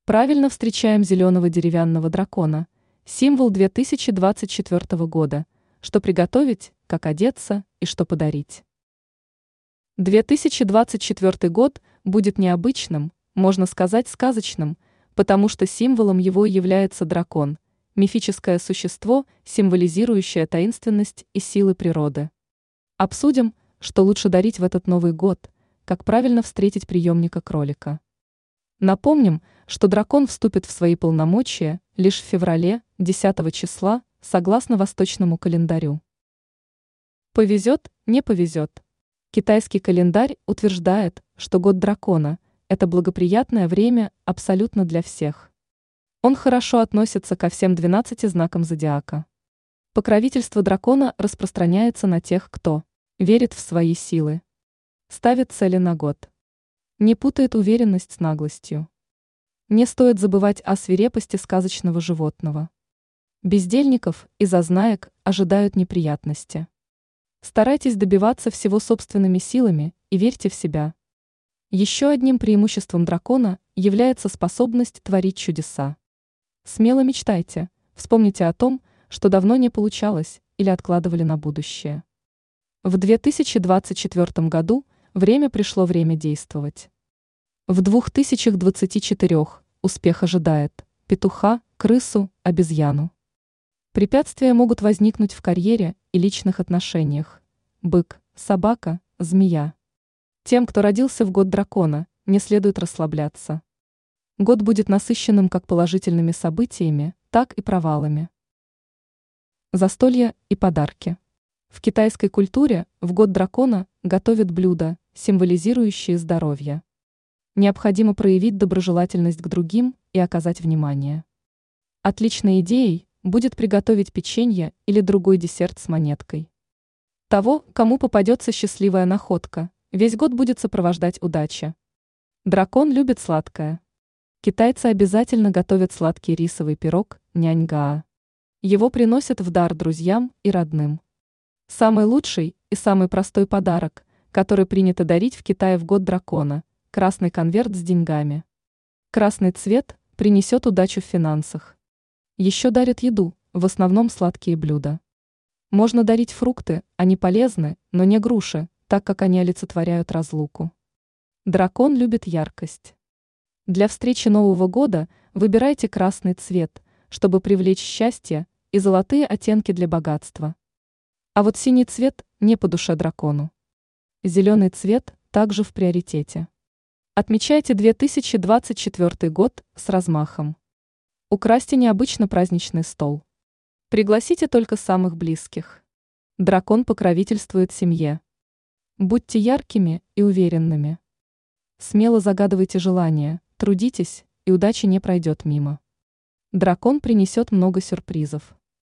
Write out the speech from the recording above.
Правильно встречаем зеленого деревянного дракона, символ 2024 года, что приготовить, как одеться и что подарить. 2024 год будет необычным, можно сказать сказочным, потому что символом его является дракон, мифическое существо, символизирующее таинственность и силы природы. Обсудим, что лучше дарить в этот Новый год, как правильно встретить приемника кролика. Напомним, что дракон вступит в свои полномочия лишь в феврале, 10 числа, согласно восточному календарю. Повезет, не повезет. Китайский календарь утверждает, что год дракона – это благоприятное время абсолютно для всех. Он хорошо относится ко всем 12 знакам зодиака. Покровительство дракона распространяется на тех, кто верит в свои силы, ставит цели на год, не путает уверенность с наглостью. Не стоит забывать о свирепости сказочного животного. Бездельников и зазнаек ожидают неприятности. Старайтесь добиваться всего собственными силами и верьте в себя. Еще одним преимуществом дракона является способность творить чудеса. Смело мечтайте, вспомните о том, что давно не получалось или откладывали на будущее. В 2024 году пришло время действовать. В 2024 успех ожидает петуха, крысу, обезьяну. Препятствия могут возникнуть в карьере и личных отношениях. Бык, собака, змея. Тем, кто родился в год дракона, не следует расслабляться. Год будет насыщенным как положительными событиями, так и провалами. Застолья и подарки. В китайской культуре в год дракона готовят блюда, символизирующие здоровье. Необходимо проявить доброжелательность к другим и оказать внимание. Отличной идеей будет приготовить печенье или другой десерт с монеткой. Того, кому попадется счастливая находка, весь год будет сопровождать удача. Дракон любит сладкое. Китайцы обязательно готовят сладкий рисовый пирог няньгаа. Его приносят в дар друзьям и родным. Самый лучший и самый простой подарок, который принято дарить в Китае в год дракона – красный конверт с деньгами. Красный цвет принесет удачу в финансах. Еще дарят еду, в основном сладкие блюда. Можно дарить фрукты, они полезны, но не груши, так как они олицетворяют разлуку. Дракон любит яркость. Для встречи Нового года выбирайте красный цвет, чтобы привлечь счастье, и золотые оттенки для богатства. А вот синий цвет не по душе дракону. Зеленый цвет также в приоритете. Отмечайте 2024 год с размахом. Украсьте необычно праздничный стол. Пригласите только самых близких. Дракон покровительствует семье. Будьте яркими и уверенными. Смело загадывайте желания, трудитесь, и удача не пройдет мимо. Дракон принесет много сюрпризов.